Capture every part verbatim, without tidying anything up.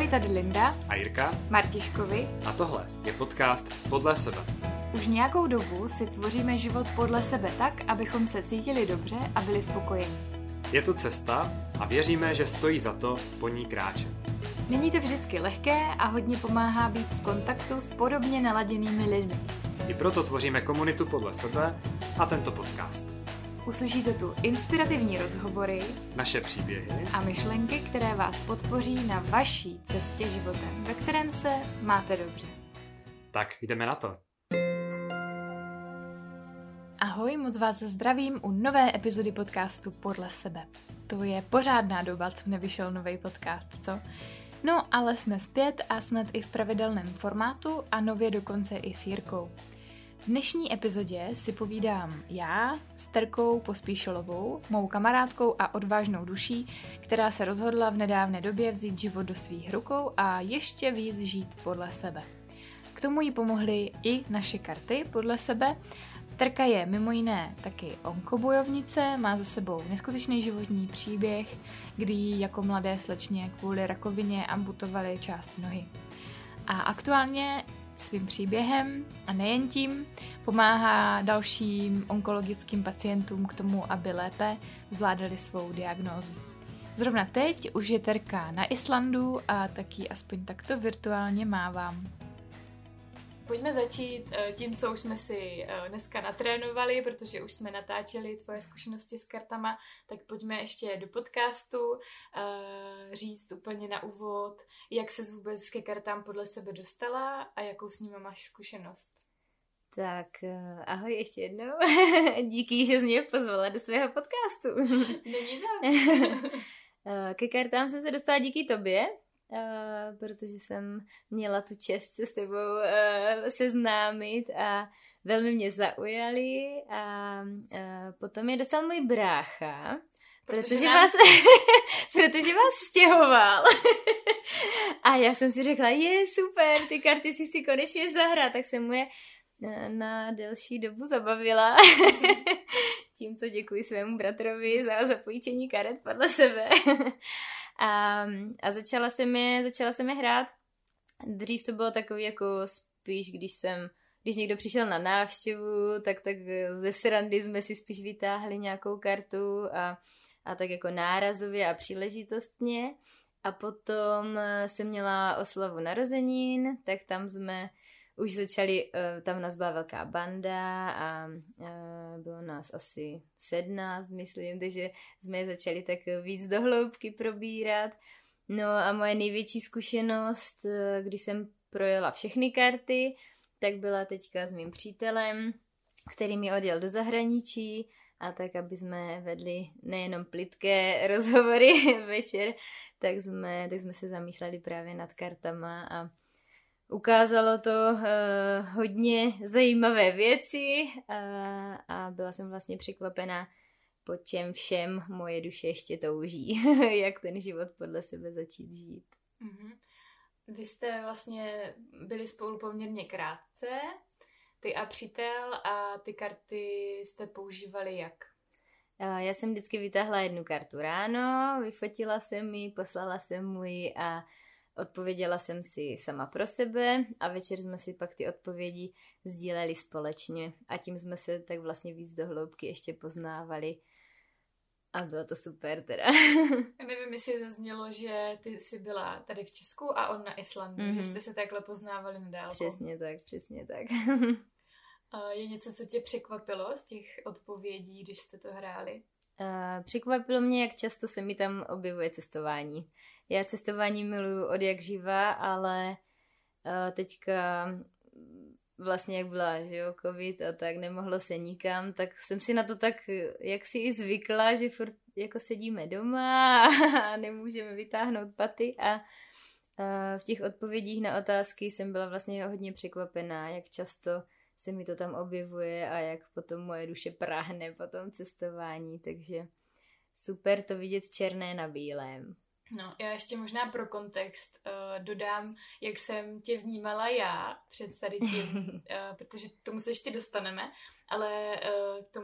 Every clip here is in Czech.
Ahoj, tady Linda a Jirka Martiškovi a tohle je podcast Podle sebe. Už nějakou dobu si tvoříme život podle sebe tak, abychom se cítili dobře a byli spokojeni. Je to cesta a věříme, že stojí za to po ní kráčet. Není to vždycky lehké a hodně pomáhá být v kontaktu s podobně naladěnými lidmi. I proto tvoříme komunitu Podle sebe a tento podcast. Uslyšíte tu inspirativní rozhovory, naše příběhy a myšlenky, které vás podpoří na vaší cestě životem, ve kterém se máte dobře. Tak jdeme na to. Ahoj, moc vás zdravím u nové epizody podcastu Podle sebe. To je pořádná doba, co nevyšel nový podcast, co? No, ale jsme zpět a snad i v pravidelném formátu a nově dokonce i s Jirkou. V dnešní epizodě si povídám já s Terkou Pospíšilovou, mou kamarádkou a odvážnou duší, která se rozhodla v nedávné době vzít život do svých rukou a ještě víc žít podle sebe. K tomu jí pomohly i naše karty podle sebe. Terka je mimo jiné taky onkobojovnice, má za sebou neskutečný životní příběh, kdy jí jako mladé slečně kvůli rakovině amputovali část nohy. A aktuálně svým příběhem a nejen tím pomáhá dalším onkologickým pacientům k tomu, aby lépe zvládali svou diagnózu. Zrovna teď už je Terka na Islandu a taky aspoň takto virtuálně mávám. Pojďme začít tím, co už jsme si dneska natrénovali, protože už jsme natáčeli tvoje zkušenosti s kartama, tak pojďme ještě do podcastu říct úplně na úvod, jak ses vůbec ke kartám podle sebe dostala a jakou s nimi máš zkušenost. Tak ahoj ještě jednou. Díky, že jsi mě pozvala do svého podcastu. Není zač. Ke kartám jsem se dostala díky tobě, Uh, protože jsem měla tu čest se s tebou uh, seznámit a velmi mě zaujali a uh, potom je dostal můj brácha, protože, protože, nám... vás, protože vás stěhoval. A já jsem si řekla, je super, ty karty si si konečně zahrát, tak jsem mu je na delší dobu zabavila. Tímto děkuji svému bratrovi za zapůjčení karet podle sebe. A, a začala jsem je, začala jsem je hrát. Dřív to bylo takový jako spíš, když jsem, když někdo přišel na návštěvu, tak, tak ze srandy jsme si spíš vytáhli nějakou kartu a, a tak jako nárazově a příležitostně. A potom jsem měla oslavu narozenin, tak tam jsme už začali, tam nás byla velká banda a bylo nás asi sedmnáct, myslím, takže jsme je začali tak víc do hloubky probírat. No a moje největší zkušenost, když jsem projela všechny karty, tak byla teďka s mým přítelem, který mi odjel do zahraničí a tak, aby jsme vedli nejenom plitké rozhovory večer, tak jsme, tak jsme se zamýšleli právě nad kartama a ukázalo to uh, hodně zajímavé věci a, a byla jsem vlastně překvapená, po čem všem moje duše ještě touží, jak ten život podle sebe začít žít. Mm-hmm. Vy jste vlastně byli spolu poměrně krátce, ty a přítel, a ty karty jste používali jak? Uh, já jsem vždycky vytáhla jednu kartu ráno, vyfotila jsem ji, poslala jsem mu ji a odpověděla jsem si sama pro sebe a večer jsme si pak ty odpovědi sdíleli společně a tím jsme se tak vlastně víc do hloubky ještě poznávali a bylo to super teda. Nevím, jestli zaznělo, že ty jsi byla tady v Česku a on na Islandu, mm-hmm. že jste se takhle poznávali na dálku. Přesně tak, přesně tak. Je něco, co tě překvapilo z těch odpovědí, když jste to hráli? Uh, překvapilo mě, jak často se mi tam objevuje cestování. Já cestování miluju od jak živa, ale uh, teďka vlastně jak byla, že jo, covid a tak nemohlo se nikam, tak jsem si na to tak jak si i zvykla, že furt jako sedíme doma a nemůžeme vytáhnout paty a uh, v těch odpovědích na otázky jsem byla vlastně hodně překvapená, jak často se mi to tam objevuje a jak potom moje duše práhne po tom cestování, takže super to vidět černé na bílém. No, já ještě možná pro kontext uh, dodám, jak jsem tě vnímala já před tady tím, uh, protože k tomu se ještě dostaneme, ale uh, k tomu, k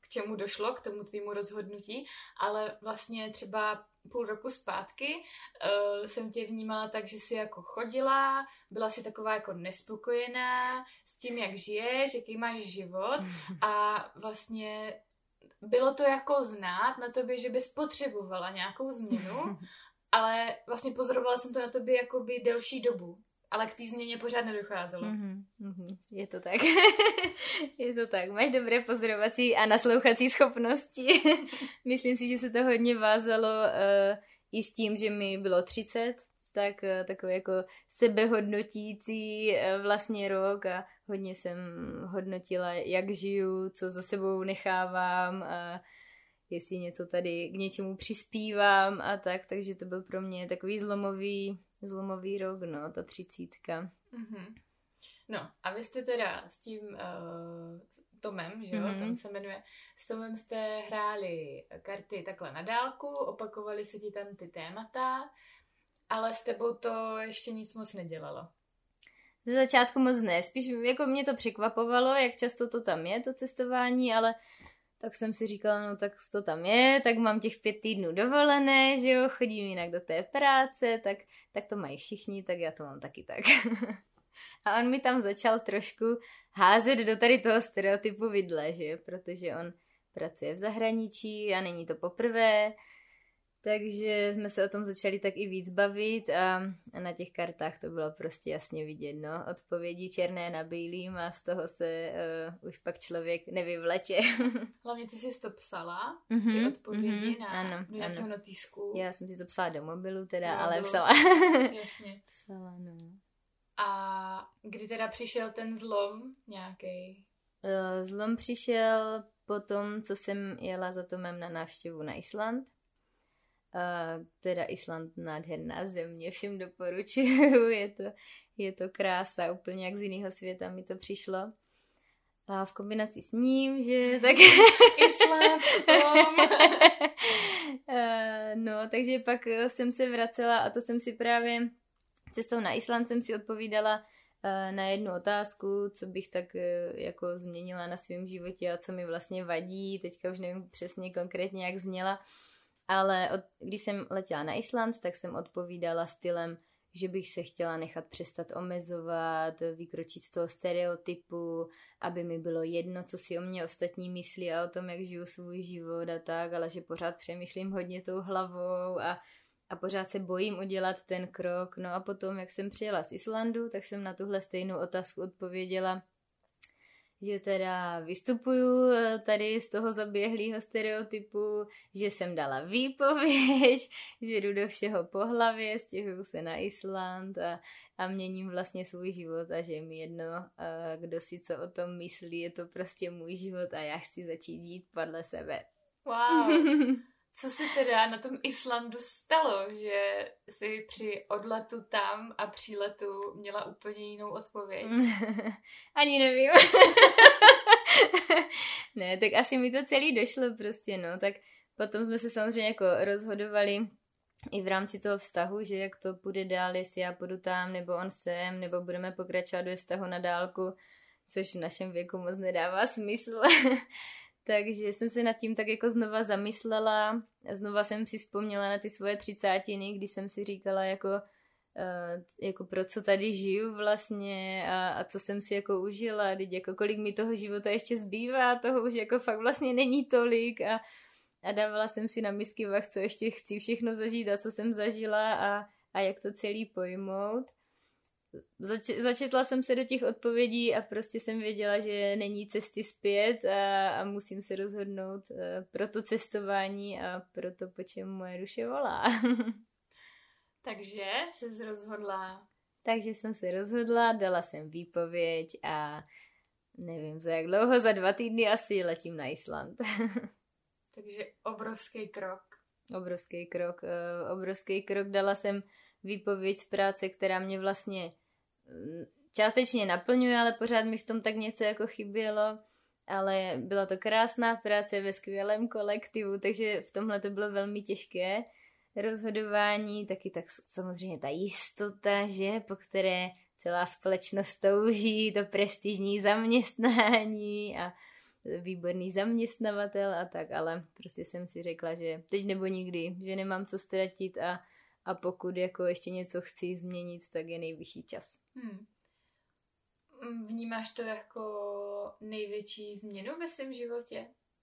k čemu došlo, k tomu tvýmu rozhodnutí, ale vlastně třeba půl roku zpátky uh, jsem tě vnímala tak, že jsi jako chodila, byla jsi taková jako nespokojená s tím, jak žiješ, jaký máš život a vlastně bylo to jako znát na tobě, že bys potřebovala nějakou změnu, ale vlastně pozorovala jsem to na tobě jakoby delší dobu. Ale k té změně pořád nedocházelo. Mm-hmm, mm-hmm, je to tak. Je to tak. Máš dobré pozorovací a naslouchací schopnosti. Myslím si, že se to hodně vázalo uh, i s tím, že mi bylo třicet, tak uh, takový jako sebehodnotící uh, vlastně rok a hodně jsem hodnotila, jak žiju, co za sebou nechávám a jestli něco tady k něčemu přispívám a tak, takže to byl pro mě takový zlomový Zlomový rok, no, ta třicítka. Mm-hmm. No, a vy jste teda s tím uh, Tomem, že jo, mm-hmm. Tom se jmenuje, s Tomem jste hráli karty takhle na dálku, opakovaly se ti tam ty témata, ale s tebou to ještě nic moc nedělalo. Ze začátku moc ne, spíš jako mě to překvapovalo, jak často to tam je, to cestování, ale tak jsem si říkala, no tak to tam je, tak mám těch pět týdnů dovolené, že jo, chodím jinak do té práce, tak, tak to mají všichni, tak já to mám taky tak. A on mi tam začal trošku házet do tady toho stereotypu vidle, že jo, protože on pracuje v zahraničí a není to poprvé, takže jsme se o tom začali tak i víc bavit a, a na těch kartách to bylo prostě jasně vidět, no, odpovědi černé na bílým a z toho se uh, už pak člověk nevyvleče. Hlavně ty jsi to psala, ty mm-hmm, odpovědi mm-hmm, na ano, do nějakého ano. notýsku. Já jsem si to psala do mobilu teda, do ale mobilu. psala. Jasně. Psala, no. A kdy teda přišel ten zlom nějaký? Uh, zlom přišel po tom, co jsem jela za Tomem na návštěvu na Island. Uh, teda Island nádherná země, všem doporučuju, je to, je to krása, úplně jak z jiného světa mi to přišlo. A v kombinaci s ním, že tak... Island, Tom. uh, no, takže pak jsem se vracela a to jsem si právě cestou na Island jsem si odpovídala uh, na jednu otázku, co bych tak uh, jako změnila na svém životě a co mi vlastně vadí, teďka už nevím přesně konkrétně, jak zněla. Ale od, když jsem letěla na Island, tak jsem odpovídala stylem, že bych se chtěla nechat přestat omezovat, vykročit z toho stereotypu, aby mi bylo jedno, co si o mě ostatní myslí a o tom, jak žiju svůj život a tak, ale že pořád přemýšlím hodně tou hlavou a, a pořád se bojím udělat ten krok. No a potom, jak jsem přijela z Islandu, tak jsem na tuhle stejnou otázku odpověděla, že teda vystupuju tady z toho zaběhlého stereotypu, že jsem dala výpověď, že jdu do všeho po hlavě, stěhuju se na Island a, a měním vlastně svůj život a že je mi jedno, kdo si co o tom myslí, je to prostě můj život a já chci začít žít podle sebe. Wow. Co se teda na tom Islandu stalo, že jsi při odletu tam a příletu měla úplně jinou odpověď? Ani nevím. Ne, tak asi mi to celý došlo prostě, no. Tak potom jsme se samozřejmě jako rozhodovali i v rámci toho vztahu, že jak to půjde dál, jestli já půjdu tam, nebo on sem, nebo budeme pokračovat do vztahu na dálku, což v našem věku moc nedává smysl. Takže jsem se nad tím tak jako znova zamyslela, znova jsem si vzpomněla na ty svoje třicátiny, kdy jsem si říkala jako, uh, jako pro co tady žiju vlastně a, a co jsem si jako užila, teď jako kolik mi toho života ještě zbývá, toho už jako fakt vlastně není tolik a, a dávala jsem si na misky vah, co ještě chci všechno zažít a co jsem zažila a, a jak to celý pojmout. Zač- začetla jsem se do těch odpovědí a prostě jsem věděla, že není cesty zpět a, a musím se rozhodnout uh, pro to cestování a pro to, po čem moje duše volá. Takže jsi rozhodla? Takže jsem se rozhodla, dala jsem výpověď a nevím za jak dlouho, za dva týdny asi letím na Island. Takže obrovský krok. Obrovský krok, uh, obrovský krok, dala jsem výpověď z práce, která mě vlastně částečně naplňuje, ale pořád mi v tom tak něco jako chybělo, ale byla to krásná práce ve skvělém kolektivu, takže v tomhle to bylo velmi těžké rozhodování, taky tak samozřejmě ta jistota, že, po které celá společnost touží, to prestižní zaměstnání a, výborný zaměstnavatel a tak, ale prostě jsem si řekla, že teď nebo nikdy, že nemám co ztratit a, a pokud jako ještě něco chci změnit, tak je nejvyšší čas. Hmm. Vnímáš to jako největší změnu ve svém životě?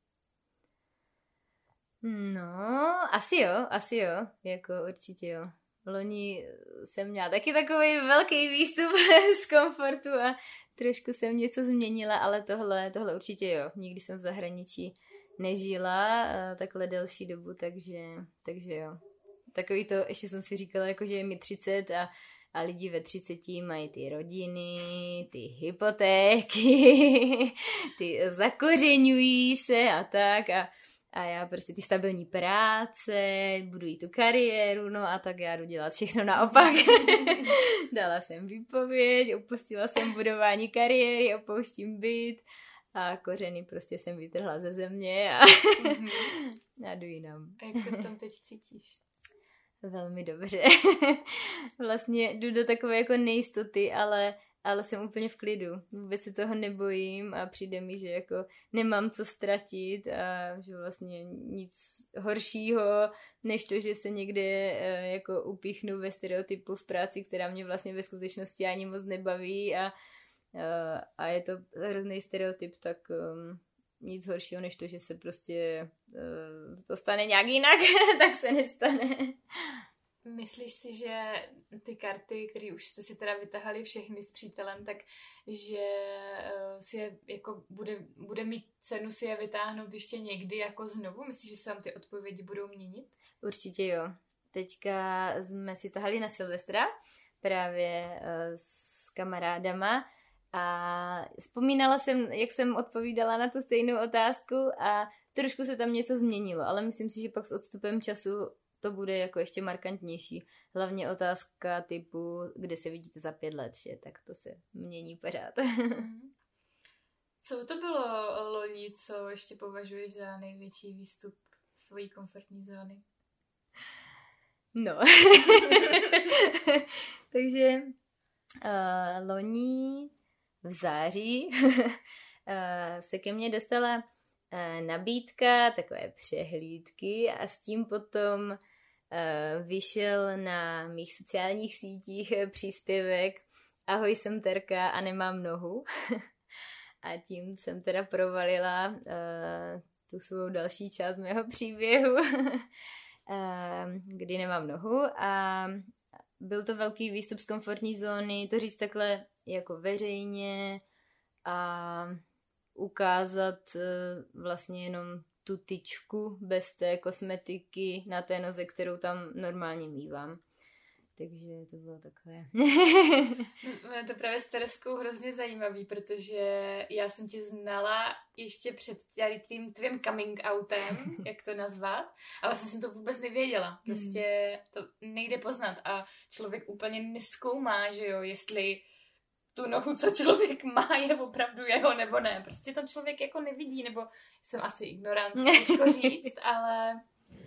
No, asi jo, asi jo, jako určitě jo. Loni jsem měla taky takový velký výstup z komfortu a trošku jsem něco změnila, ale tohle, tohle určitě jo. Nikdy jsem v zahraničí nežila takhle delší dobu, takže, takže jo. Takový to, ještě jsem si říkala, jako, že je mi třicet a, a lidi ve třiceti mají ty rodiny, ty hypotéky, ty zakořeňují se a tak a A já prostě ty stabilní práce, budují tu kariéru, no a tak já jdu dělat všechno naopak. Dala jsem výpověď, opustila jsem budování kariéry, opouštím byt a kořeny prostě jsem vytrhla ze země a, a jdu jinam. A jak se v tom teď cítíš? Velmi dobře. Vlastně jdu do takové jako nejistoty, ale ale jsem úplně v klidu. Vůbec se toho nebojím a přijde mi, že jako nemám co ztratit a že vlastně nic horšího, než to, že se někde jako upíchnu ve stereotypu v práci, která mě vlastně ve skutečnosti ani moc nebaví a, a je to hrozný stereotyp, tak um, nic horšího, než to, že se prostě uh, to stane nějak jinak, tak se nestane. Myslíš si, že ty karty, které už jste si teda vytahali všechny s přítelem, tak že uh, si je jako bude, bude mít cenu si je vytáhnout ještě někdy jako znovu? Myslíš, že se vám ty odpovědi budou měnit? Určitě jo. Teďka jsme si tahali na Silvestra právě uh, s kamarádama a vzpomínala jsem, jak jsem odpovídala na tu stejnou otázku a trošku se tam něco změnilo, ale myslím si, že pak s odstupem času to bude jako ještě markantnější. Hlavně otázka typu, kde se vidíte za pět let, že? Tak to se mění pořád. Co to bylo loni, co ještě považuješ za největší výstup svojí komfortní zóny? No. Takže uh, loni v září uh, se ke mně dostala uh, nabídka takové přehlídky a s tím potom uh, vyšel na mých sociálních sítích příspěvek Ahoj, jsem Terka a nemám nohu. A tím jsem teda provalila uh, tu svou další část mého příběhu, uh, kdy nemám nohu a byl to velký výstup z komfortní zóny, to říct takhle jako veřejně a ukázat uh, vlastně jenom tu tyčku bez té kosmetiky na té noze, kterou tam normálně mívám. Takže to bylo takové. Je to právě s Tereskou hrozně zajímavý, protože já jsem tě znala ještě před tím tvým coming outem, jak to nazvat, a vlastně jsem to vůbec nevěděla. Prostě to nejde poznat a člověk úplně nezkoumá, že jo, jestli tu nohu, co člověk má, je opravdu jeho nebo ne. Prostě to člověk jako nevidí, nebo jsem asi ignorant, těžko říct, ale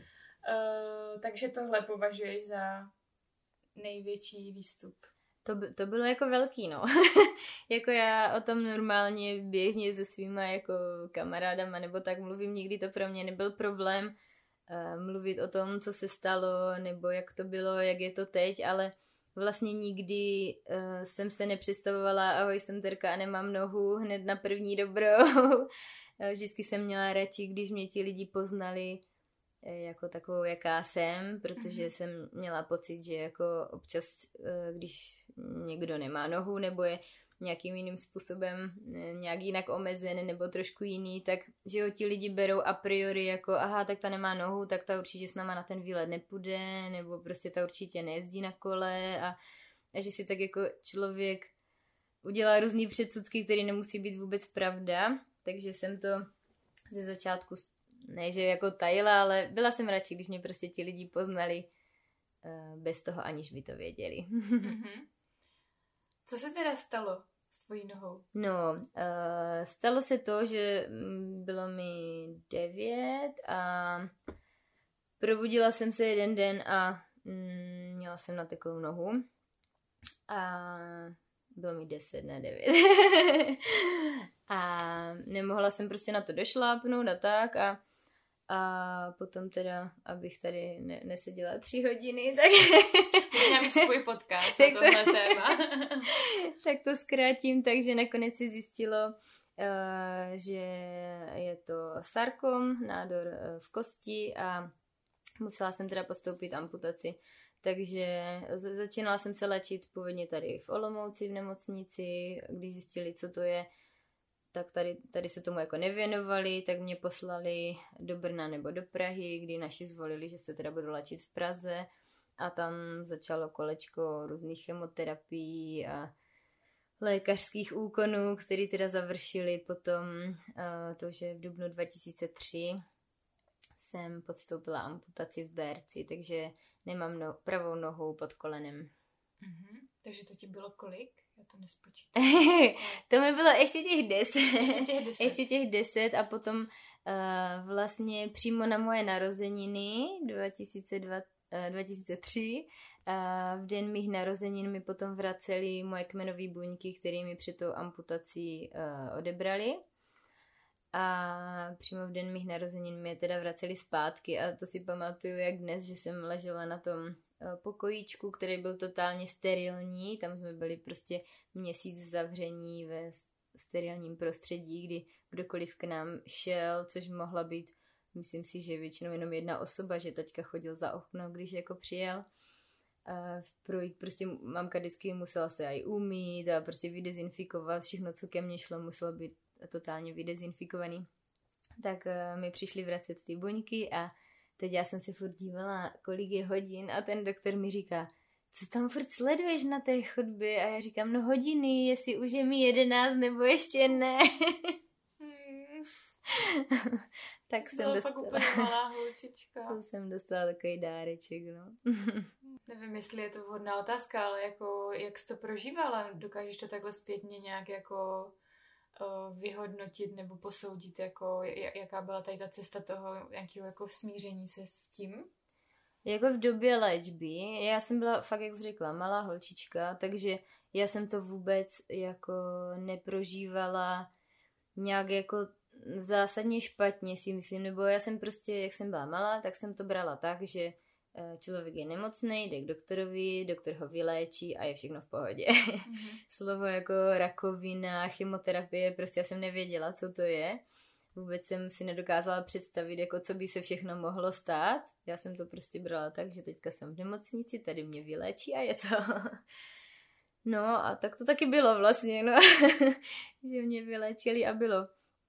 uh, takže tohle považuješ za největší výstup. To, by, to bylo jako velký, no. Jako já o tom normálně běžně se svýma jako kamarádama nebo tak mluvím, nikdy to pro mě nebyl problém uh, mluvit o tom, co se stalo, nebo jak to bylo, jak je to teď, ale vlastně nikdy uh, jsem se nepředstavovala ahoj, jsem Terka a nemám nohu hned na první dobrou. Vždycky jsem měla radši, když mě ti lidi poznali jako takovou, jaká jsem, protože mm-hmm. jsem měla pocit, že jako občas, když někdo nemá nohu nebo je nějakým jiným způsobem nějak jinak omezen nebo trošku jiný, tak že ho ti lidi berou a priori jako aha, tak ta nemá nohu, tak ta určitě s náma na ten výlet nepůjde, nebo prostě ta určitě nejezdí na kole a, a že si tak jako člověk udělá různý předsudky, které nemusí být vůbec pravda, takže jsem to ze začátku ne, že jako tajila, ale byla jsem radši, když mě prostě ti lidi poznali uh, bez toho, aniž by to věděli. Mm-hmm. Co se teda stalo s tvojí nohou? No, uh, stalo se to, že bylo mi devět a probudila jsem se jeden den a mm, měla jsem nateklou nohu. A bylo mi deset, ne devět. A nemohla jsem prostě na to došlápnout a tak a, a potom teda, abych tady ne, neseděla tři hodiny, tak... Měla mít svůj podcast na tohle téma. Tak to zkrátím, takže nakonec si zjistilo, Uh, že je to sarkom, nádor uh, v kosti a musela jsem teda postoupit amputaci. Takže z- začínala jsem se léčit původně tady v Olomouci v nemocnici, když zjistili, co to je, tak tady, tady se tomu jako nevěnovali, tak mě poslali do Brna nebo do Prahy, kdy naši zvolili, že se teda budu léčit v Praze a tam začalo kolečko různých chemoterapií a lékařských úkonů, které teda završili potom uh, to, že v dubnu dva tisíce tři jsem podstoupila amputaci v Berci, takže nemám no, pravou nohou pod kolenem. Mm-hmm. Takže to ti bylo kolik? Já to nespočítám. To mi bylo ještě těch deset. Ještě těch deset. ještě těch deset a potom uh, vlastně přímo na moje narozeniny dva tisíce dva, uh, dva tisíce tři uh, v den mých narozenin mi potom vraceli moje kmenové buňky, které mi před tou amputací uh, odebrali. A přímo v den mých narozenin mi je teda vraceli zpátky a to si pamatuju jak dnes, že jsem ležela na tom pokojíčku, který byl totálně sterilní, tam jsme byli prostě měsíc zavření ve sterilním prostředí, kdy kdokoliv k nám šel, což mohla být, myslím si, že většinou jenom jedna osoba, že taťka chodil za okno, když jako přijel. A projít, prostě mamka vždycky musela se aj umýt a prostě vydezinfikovat, všechno, co ke mně šlo, muselo být totálně vydezinfikovaný. Tak uh, mi přišli vracet ty buňky a teď já jsem se furt dívala, kolik je hodin a ten doktor mi říká, co tam furt sleduješ na té chodbě? A já říkám, no hodiny, jestli už je mi jedenáct nebo ještě ne. Hmm. Tak Jsi jsem byla dostala... fakt úplně malá holčička. To jsem dostala takový dáreček, no. Nevím, jestli je to vhodná otázka, ale jako, jak jsi to prožívala? Dokážeš to takhle zpětně nějak jako vyhodnotit nebo posoudit, jako, jaká byla tady ta cesta toho nějakého jako smíření se s tím? Jako v době léčby, já jsem byla fakt, jak jsi řekla, malá holčička, takže já jsem to vůbec jako neprožívala nějak jako zásadně špatně, si myslím, nebo já jsem prostě, jak jsem byla malá, tak jsem to brala tak, že člověk je nemocný, jde k doktorovi, doktor ho vyléčí a je všechno v pohodě. Mm-hmm. Slovo jako rakovina, chemoterapie, prostě já jsem nevěděla, co to je. Vůbec jsem si nedokázala představit, jako co by se všechno mohlo stát. Já jsem to prostě brala tak, že teďka jsem v nemocnici, tady mě vyléčí a je to. No a tak to taky bylo vlastně, no. Že mě vyléčili a bylo.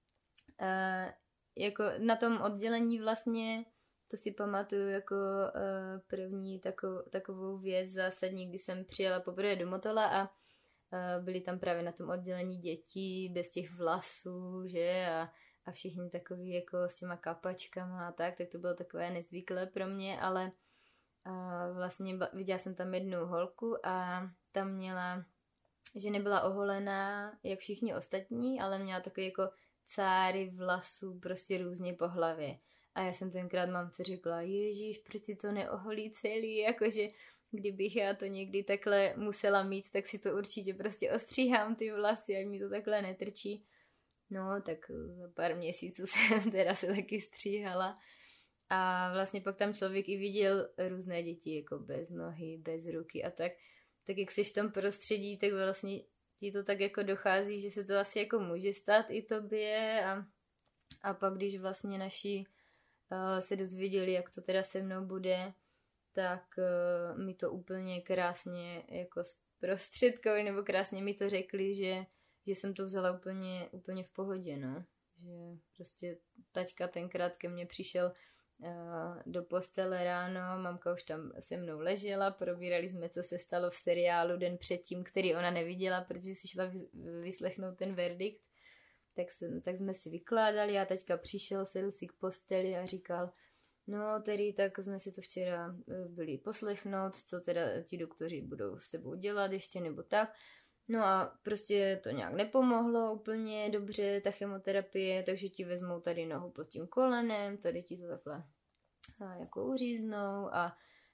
Uh, jako na tom oddělení vlastně to si pamatuju jako uh, první takovou, takovou věc zásadní, kdy jsem přijela poprvé do Motola a uh, byly tam právě na tom oddělení dětí bez těch vlasů, že, a, a všichni takový jako s těma kapačkama a tak, tak to bylo takové nezvyklé pro mě, ale uh, vlastně viděla jsem tam jednu holku a tam měla, že nebyla oholená jak všichni ostatní, ale měla takový jako cáry vlasů prostě různě po hlavě. A já jsem tenkrát mamce řekla, ježíš, proč si to neoholí celý, jakože kdybych já to někdy takhle musela mít, tak si to určitě prostě ostříhám ty vlasy, ať mi to takhle netrčí. No, tak za pár měsíců jsem teda se taky stříhala. A vlastně pak tam člověk i viděl různé děti, jako bez nohy, bez ruky a tak. Tak jak jsi v tom prostředí, tak vlastně ti to tak jako dochází, že se to asi jako může stát i tobě. A, a pak když vlastně naši se dozvěděli, jak to teda se mnou bude, tak uh, mi to úplně krásně jako zprostředkovali, nebo krásně mi to řekli, že, že jsem to vzala úplně, úplně v pohodě, no. Že prostě taťka tenkrát ke mně přišel uh, do postele ráno, mamka už tam se mnou ležela, probírali jsme, co se stalo v seriálu den předtím, který ona neviděla, protože si šla vyslechnout ten verdikt. Tak, se, tak jsme si vykládali a teďka přišel, sedl si k posteli a říkal, no tedy tak jsme si to včera byli poslechnout, co teda ti doktoři budou s tebou dělat ještě nebo tak. No a prostě to nějak nepomohlo úplně dobře, ta chemoterapie, takže ti vezmou tady nohu pod tím kolenem, tady ti to takhle a jako uříznou a,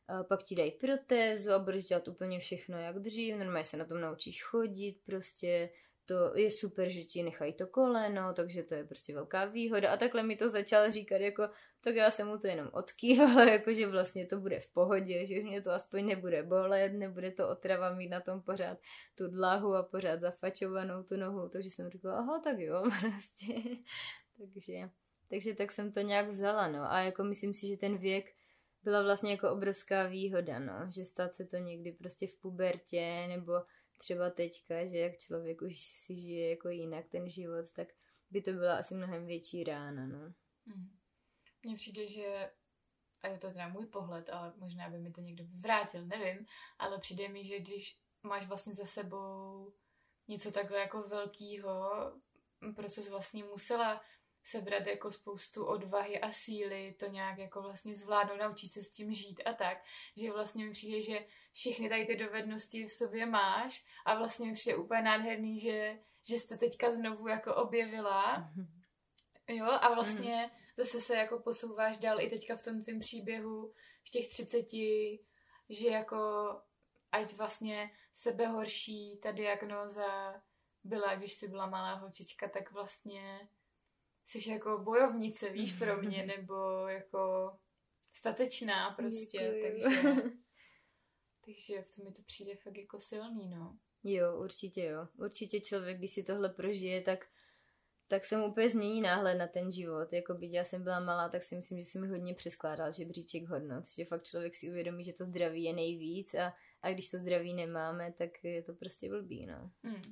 pak ti dají protézu a budeš dělat úplně všechno jak dřív, normálně se na tom naučíš chodit, prostě to je super, že ti nechají to koleno, takže to je prostě velká výhoda a takhle mi to začal říkat, jako, tak já jsem mu to jenom odkývala, jako, že vlastně to bude v pohodě, že mě to aspoň nebude bolet, nebude to otrava mít na tom pořád tu dlahu a pořád zafačovanou tu nohu, takže jsem říkala, aha, tak jo, prostě, takže, takže tak jsem to nějak vzala, no, a jako myslím si, že ten věk byla vlastně jako obrovská výhoda, no, že stát se to někdy prostě v pubertě, nebo třeba teďka, že jak člověk už si žije jako jinak ten život, tak by to byla asi mnohem větší rána, no. Hmm. Mně přijde, že, a je to teda můj pohled, ale možná by mi to někdo vyvrátil, nevím, ale přijde mi, že když máš vlastně za sebou něco takhle jako velkýho, pro co jsi vlastně musela sebrat jako spoustu odvahy a síly, to nějak jako vlastně zvládnout, naučit se s tím žít a tak, že vlastně mi přijde, že všechny tady ty dovednosti v sobě máš a vlastně mi přijde úplně nádherný, že, že jsi to teďka znovu jako objevila, jo, a vlastně zase se jako posouváš dál i teďka v tom tvým příběhu v těch třiceti, že jako ať vlastně sebehorší ta diagnóza byla, když jsi byla malá holčička, tak vlastně jsi jako bojovnice, víš, pro mě, nebo jako statečná prostě, Děkuju. takže takže v tom mi to přijde fakt jako silný, no. Jo, určitě jo. Určitě člověk, když si tohle prožije, tak, tak se mu úplně změní náhled na ten život. Jako byť já jsem byla malá, tak si myslím, že se mi hodně přeskládal žebříček hodnot, že fakt člověk si uvědomí, že to zdraví je nejvíc a, a když to zdraví nemáme, tak je to prostě blbý, no. Hmm.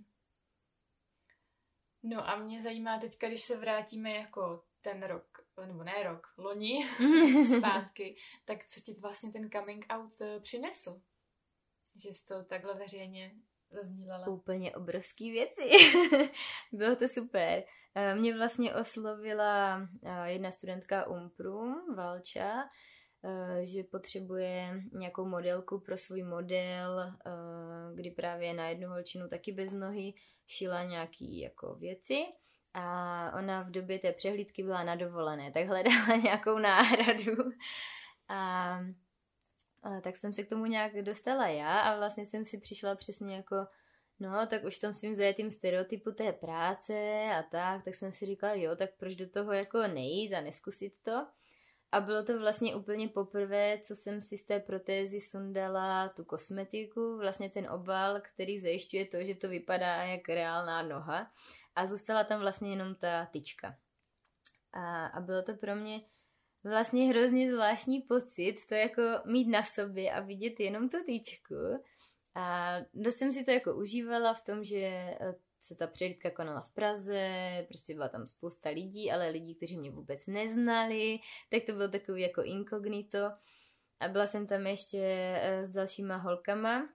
No a mě zajímá teďka, když se vrátíme jako ten rok, nebo ne rok, loni zpátky, tak co ti vlastně ten coming out přinesl? Že jsi to takhle veřejně zazdílela? Úplně obrovský věci. Bylo to super. Mě vlastně oslovila jedna studentka Umprum, Valča, že potřebuje nějakou modelku pro svůj model, kdy právě na jednu holčinu taky bez nohy šila nějaký jako věci a ona v době té přehlídky byla na dovolené, tak hledala nějakou náhradu a, a tak jsem se k tomu nějak dostala já a vlastně jsem si přišla přesně jako no, tak už v tom svým zajetým stereotypu té práce a tak, tak jsem si říkala, jo, tak proč do toho jako nejít a neskusit to. A bylo to vlastně úplně poprvé, co jsem si z té protézy sundala tu kosmetiku, vlastně ten obal, který zajišťuje to, že to vypadá jak reálná noha. A zůstala tam vlastně jenom ta tyčka. A, a bylo to pro mě vlastně hrozně zvláštní pocit, to jako mít na sobě a vidět jenom tu tyčku. A dost jsem si to jako užívala v tom, že se ta přehlídka konala v Praze, prostě byla tam spousta lidí, ale lidí, kteří mě vůbec neznali, tak to bylo takový jako inkognito. A byla jsem tam ještě s dalšíma holkama,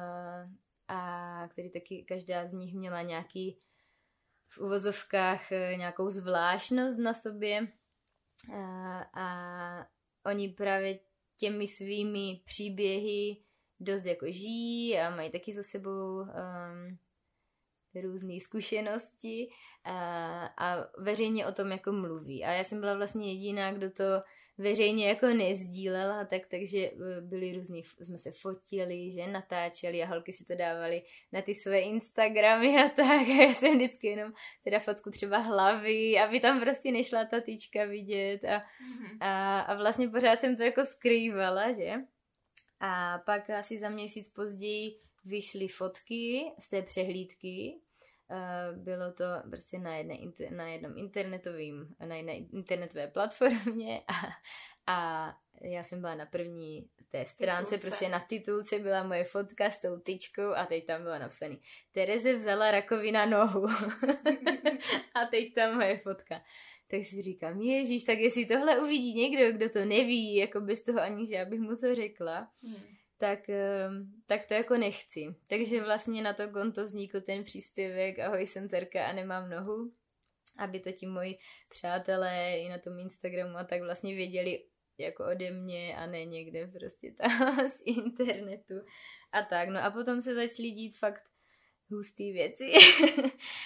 a který taky každá z nich měla nějaký v uvozovkách nějakou zvláštnost na sobě. A, a oni právě těmi svými příběhy dost jako žijí a mají taky za sebou um, různé zkušenosti a, a veřejně o tom jako mluví. A já jsem byla vlastně jediná, kdo to veřejně jako nezdílela, tak, takže byly různý, jsme se fotili, že natáčeli a holky si to dávali na ty své Instagramy a tak. A já jsem vždycky jenom teda fotku třeba hlavy, aby tam prostě nešla ta tyčka vidět a, mm-hmm. a, a vlastně pořád jsem to jako skrývala, že? A pak asi za měsíc později vyšly fotky z té přehlídky. Bylo to prostě na, jedné, na jednom internetovým, na jedné internetové platformě a, a já jsem byla na první té stránce, titulce. Prostě na titulce byla moje fotka s tou tyčkou a teď tam bylo napsaný Tereze vzala rakovina nohu a teď tam moje fotka. Tak si říkám, ježíš, tak jestli tohle uvidí někdo, kdo to neví, jako bez toho ani, že abych mu to řekla, hmm. tak, tak to jako nechci. Takže vlastně na to konto vznikl ten příspěvek ahoj, jsem Terka a nemám nohu, aby to ti moji přátelé i na tom Instagramu a tak vlastně věděli jako ode mě a ne někde prostě tam z internetu a tak. No a potom se začaly dít fakt hustý věci.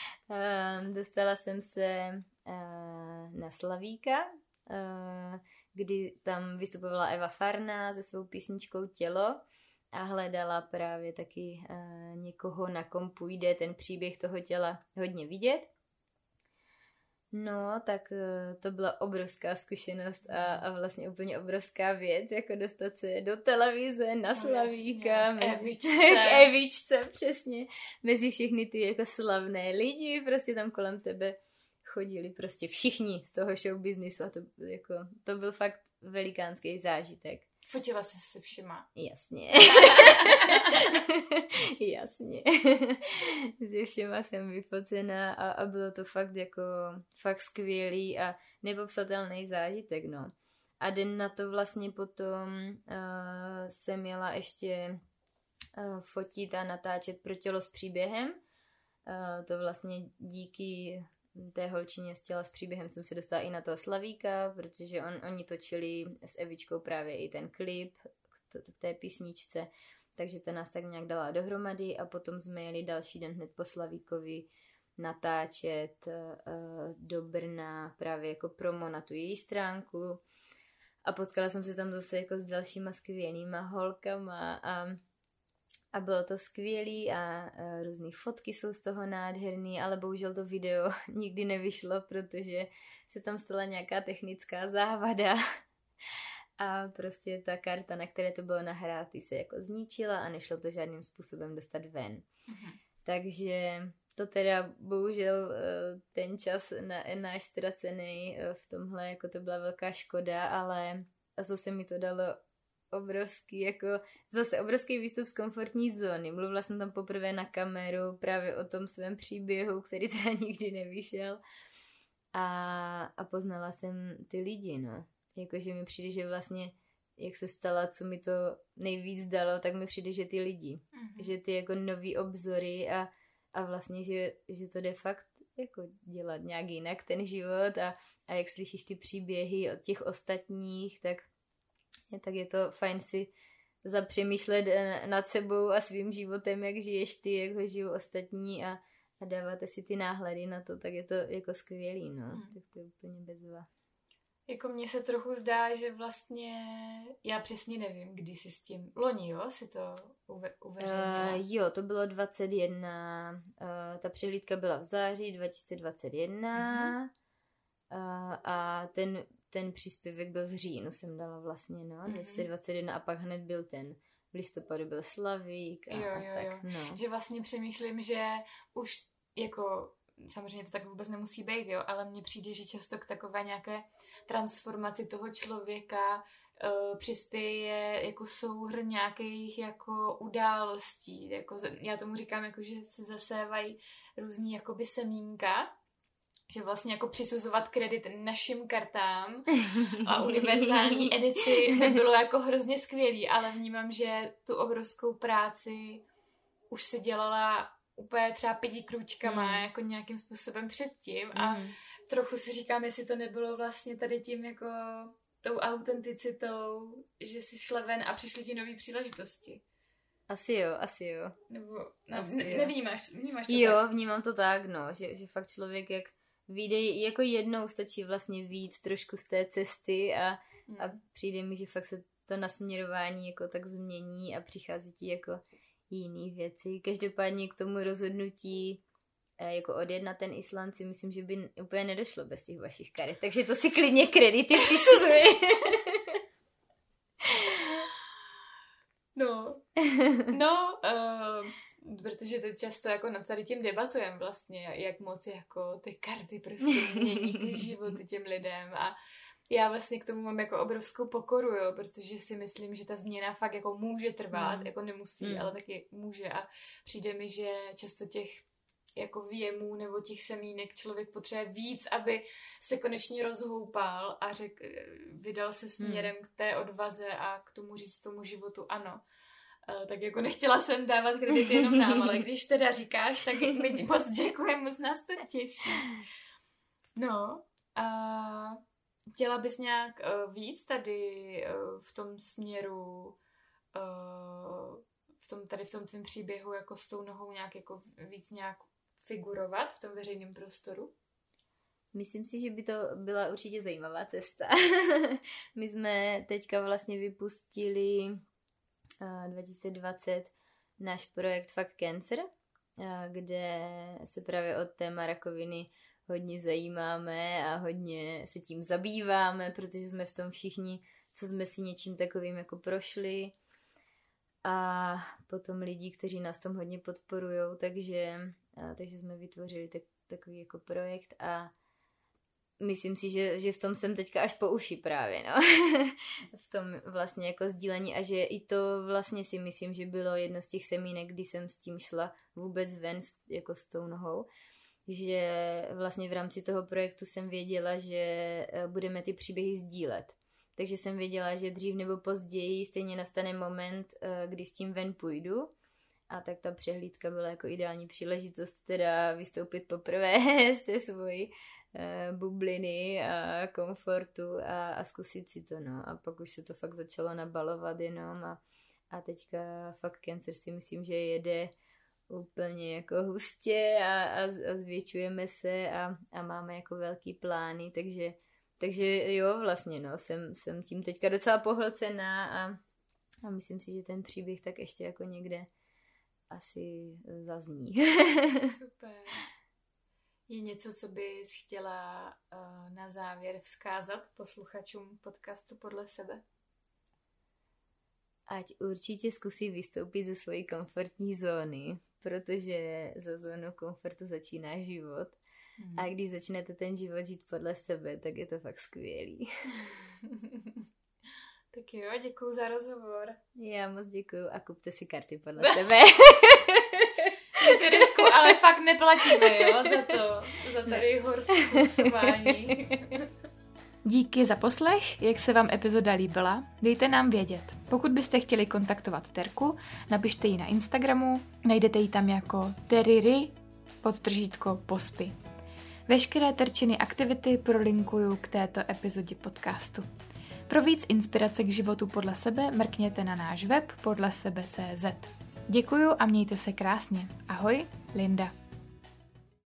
Dostala jsem se na Slavíka, kdy tam vystupovala Eva Farná se svou písničkou Tělo a hledala právě taky uh, někoho, na kom půjde ten příběh toho těla hodně vidět. No, tak uh, to byla obrovská zkušenost a, a vlastně úplně obrovská věc, jako dostat se do televize, na Slavíka, no, mezi, Evičce. k Evičce, přesně, mezi všechny ty jako slavné lidi, prostě tam kolem tebe chodili prostě všichni z toho show businessu a to, jako, to byl fakt velikánský zážitek. Fotila jsi se všima. Jasně. Jasně. Se všema jsem vyfocená a, a bylo to fakt jako fakt skvělý a nepopsatelný zážitek, no. A den na to vlastně potom uh, jsem měla ještě uh, fotit a natáčet Pro tělo s příběhem. Uh, to vlastně díky té holčině z Těla s příběhem jsem se dostala i na toho Slavíka, protože on, oni točili s Evičkou právě i ten klip k, k té písničce, takže to nás tak nějak dala dohromady a potom jsme jeli další den hned po Slavíkovi natáčet uh, do Brna právě jako promo na tu její stránku a potkala jsem se tam zase jako s dalšíma skvělýma holkama a A bylo to skvělý a, a různý fotky jsou z toho nádherný, ale bohužel to video nikdy nevyšlo, protože se tam stala nějaká technická závada a prostě ta karta, na které to bylo nahráty, se jako zničila a nešlo to žádným způsobem dostat ven. Mhm. Takže to teda bohužel ten čas na, náš ztracený v tomhle, jako to byla velká škoda, ale zase mi to dalo obrovský, jako zase obrovský výstup z komfortní zóny. Mluvila jsem tam poprvé na kameru právě o tom svém příběhu, který teda nikdy nevyšel. A, a poznala jsem ty lidi, no. Jakože mi přijde, že vlastně, jak se ptala, co mi to nejvíc dalo, tak mi přijde, že ty lidi. Mm-hmm. Že ty jako nový obzory a, a vlastně, že, že to jde fakt jako dělat nějak jinak ten život a, a jak slyšíš ty příběhy od těch ostatních, tak tak je to fajn si zapřemýšlet nad sebou a svým životem, jak žiješ ty, jak ho žijou ostatní a, a dáváte si ty náhledy na to, tak je to jako skvělý, no. Hmm. Tak to je úplně bezva. Jako mně se trochu zdá, že vlastně, já přesně nevím, kdy jsi s tím, loni, jo, si to uve, uveřejnila? Uh, jo, to bylo dvacet jedna, uh, ta přehlídka byla v září dva tisíce dvacet jedna mm-hmm. uh, a ten ten příspěvek byl v říjnu, jsem dala vlastně, no, mm-hmm. dva tisíce dvacet jedna a pak hned byl ten, v listopadu byl Slavík a, jo, jo, a tak, jo. no. Že vlastně přemýšlím, že už jako, samozřejmě to tak vůbec nemusí být, jo, ale mně přijde, že často k takové nějaké transformaci toho člověka uh, přispěje jako souhrn nějakých jako událostí, jako, já tomu říkám, jako, že se zasévají různý jakoby semínka, že vlastně jako přisuzovat kredit našim kartám a univerzální edici by bylo jako hrozně skvělý, ale vnímám, že tu obrovskou práci už se dělala úplně třeba pěti krůčkama mm. jako nějakým způsobem předtím a mm. trochu si říkám, jestli to nebylo vlastně tady tím jako tou autenticitou, že si šla ven a přišly ti nový příležitosti. Asi jo, asi jo. Nebo no, ne, jo. Nevnímáš, vnímáš to Jo, tak? vnímám to tak, no, že, že fakt člověk jak vyjde, jako jednou stačí vlastně vyjít trošku z té cesty a, hmm. a přijde mi, že fakt se to nasměrování jako tak změní a přichází ti jako jiný věci. Každopádně k tomu rozhodnutí jako odjet na ten Island si myslím, že by úplně nedošlo bez těch vašich karet, takže to si klidně kredity přisuzuji. No, no, uh, protože to často jako nad tady tím debatujeme vlastně, jak moc jako ty karty prostě mění ty životy těm lidem a já vlastně k tomu mám jako obrovskou pokoru, jo, protože si myslím, že ta změna fakt jako může trvat, mm. jako nemusí, mm. ale taky může a přijde mi, že často těch jako věmů nebo těch semínek člověk potřebuje víc, aby se konečně rozhoupal a řek, vydal se směrem hmm. k té odvaze a k tomu říct tomu životu ano. Uh, tak jako nechtěla jsem dávat kredity jenom nám, ale když teda říkáš, tak mi moc děkuji, moc nás to těší. No, a chtěla bys nějak uh, víc tady uh, v tom směru uh, v tom, tady v tom tvém příběhu jako s tou nohou nějak jako víc nějak figurovat v tom veřejném prostoru? myslím si, že by to byla určitě zajímavá cesta. My jsme teďka vlastně vypustili uh, dva tisíce dvacet náš projekt Fuck Cancer, uh, kde se právě od téma rakoviny hodně zajímáme a hodně se tím zabýváme, protože jsme v tom všichni, co jsme si něčím takovým jako prošli. A potom lidi, kteří nás tom hodně podporujou, takže, a, takže jsme vytvořili tak, takový jako projekt a myslím si, že, že v tom jsem teďka až po uši právě, no. V tom vlastně jako sdílení a že i to vlastně si myslím, že bylo jedno z těch semínek, kdy jsem s tím šla vůbec ven jako s tou nohou, že vlastně v rámci toho projektu jsem věděla, že budeme ty příběhy sdílet. Takže jsem věděla, že dřív nebo později stejně nastane moment, kdy s tím ven půjdu. A tak ta přehlídka byla jako ideální příležitost teda vystoupit poprvé z té svojí uh, bubliny a komfortu a, a zkusit si to, no. A pak už se to fakt začalo nabalovat jenom a, a teďka Fuck Cancer si myslím, že jede úplně jako hustě a, a, a zvětšujeme se a, a máme jako velký plány, takže Takže jo, vlastně, no, jsem, jsem tím teďka docela pohlcená a, a myslím si, že ten příběh tak ještě jako někde asi zazní. Super. Je něco, co bys chtěla uh, na závěr vzkázat posluchačům podcastu Podle sebe? Ať určitě zkusí vystoupit ze své komfortní zóny, protože za zónou komfortu začíná život. Hmm. A když začnete ten život žít podle sebe, tak je to fakt skvělý. Tak jo, děkuju za rozhovor. Já moc děkuju a kupte si karty podle sebe. Teresku, ale fakt neplatíme, jo, za to, za tady horské působání. Díky za poslech, jak se vám epizoda líbila, dejte nám vědět. Pokud byste chtěli kontaktovat Terku, napište ji na Instagramu, najdete ji tam jako teriri podtržítko pospy. Veškeré Terčiny aktivity prolinkuju k této epizodě podcastu. Pro víc inspirace k životu podle sebe mrkněte na náš web podle sebe tečka cé zet. Děkuju a mějte se krásně. Ahoj, Linda.